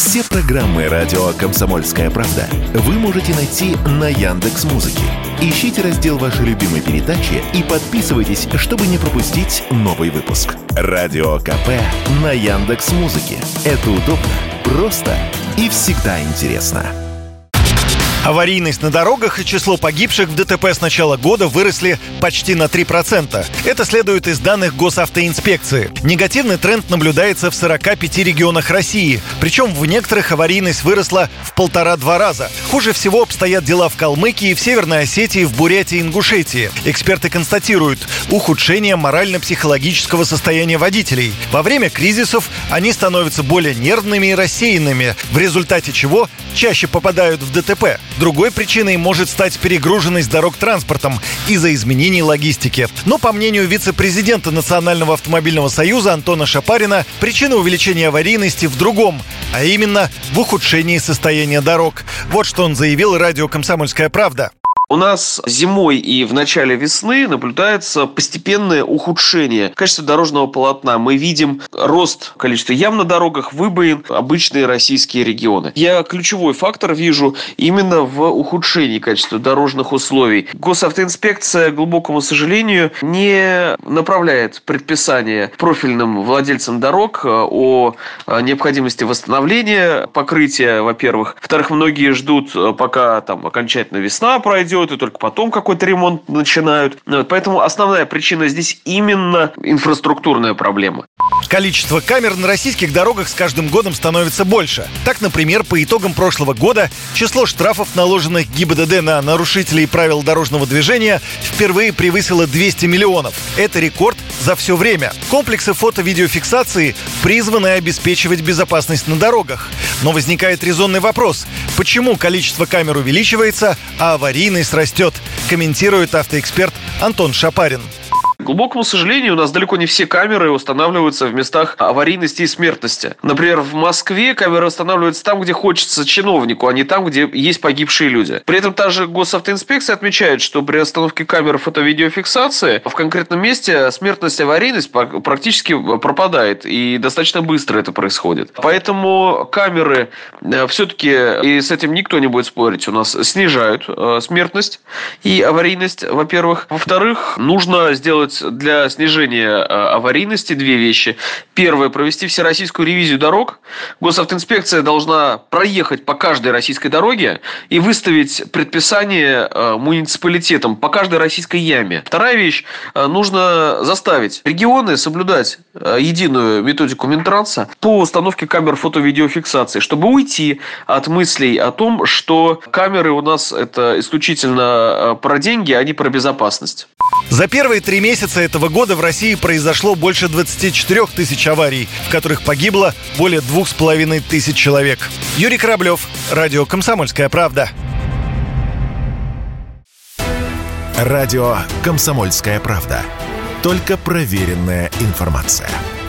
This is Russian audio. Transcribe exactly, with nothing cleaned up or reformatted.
Все программы радио «Комсомольская правда» вы можете найти на Яндекс.Музыке. Ищите раздел вашей любимой передачи и подписывайтесь, чтобы не пропустить новый выпуск. Радио КП на Яндекс.Музыке. Это удобно, просто и всегда интересно. Аварийность на дорогах и число погибших в ДТП с начала года выросли почти на три процента. Это следует из данных госавтоинспекции. Негативный тренд наблюдается в сорока пяти регионах России. Причем в некоторых аварийность выросла в полтора-два раза. Хуже всего обстоят дела в Калмыкии, в Северной Осетии, в Бурятии и Ингушетии. Эксперты констатируют ухудшение морально-психологического состояния водителей. Во время кризисов они становятся более нервными и рассеянными, в результате чего чаще попадают в ДТП. Другой причиной может стать перегруженность дорог транспортом из-за изменений логистики. Но, по мнению вице-президента Национального автомобильного союза Антона Шапарина, причина увеличения аварийности в другом, а именно в ухудшении состояния дорог. Вот что он заявил радио «Комсомольская правда». У нас зимой и в начале весны наблюдается постепенное ухудшение качества дорожного полотна. Мы видим рост количества ям на дорогах, выбоин, обычные российские регионы. Я ключевой фактор вижу именно в ухудшении качества дорожных условий. Госавтоинспекция, к глубокому сожалению, не направляет предписания профильным владельцам дорог о необходимости восстановления покрытия, во-первых. Во-вторых, многие ждут, пока там окончательно весна пройдет, и только потом какой-то ремонт начинают. Поэтому основная причина здесь именно инфраструктурная проблема. Количество камер на российских дорогах с каждым годом становится больше. Так, например, по итогам прошлого года число штрафов, наложенных ГИБДД на нарушителей правил дорожного движения, впервые превысило двести миллионов. Это рекорд за все время. Комплексы фото-видеофиксации призваны обеспечивать безопасность на дорогах. Но возникает резонный вопрос: почему количество камер увеличивается, а аварийность растет? Комментирует автоэксперт Антон Шапарин. К глубокому сожалению, у нас далеко не все камеры устанавливаются в местах аварийности и смертности. Например, в Москве камеры устанавливаются там, где хочется чиновнику, а не там, где есть погибшие люди. При этом та же госавтоинспекция отмечает, что при установке камер фото-видеофиксации в конкретном месте смертность и аварийность практически пропадает, и достаточно быстро это происходит. Поэтому камеры все-таки, и с этим никто не будет спорить, у нас снижают смертность и аварийность, во-первых. Во-вторых, нужно сделать для снижения аварийности две вещи. Первое – провести всероссийскую ревизию дорог. Госавтоинспекция должна проехать по каждой российской дороге и выставить предписание муниципалитетам по каждой российской яме. Вторая вещь – нужно заставить регионы соблюдать единую методику Минтранса по установке камер фото-видеофиксации, чтобы уйти от мыслей о том, что камеры у нас – это исключительно про деньги, а не про безопасность. За первые три месяца этого года в России произошло больше двадцати четырёх тысяч аварий, в которых погибло более двух с половиной тысяч человек. Юрий Кораблев, радио «Комсомольская правда». Радио «Комсомольская правда». Только проверенная информация.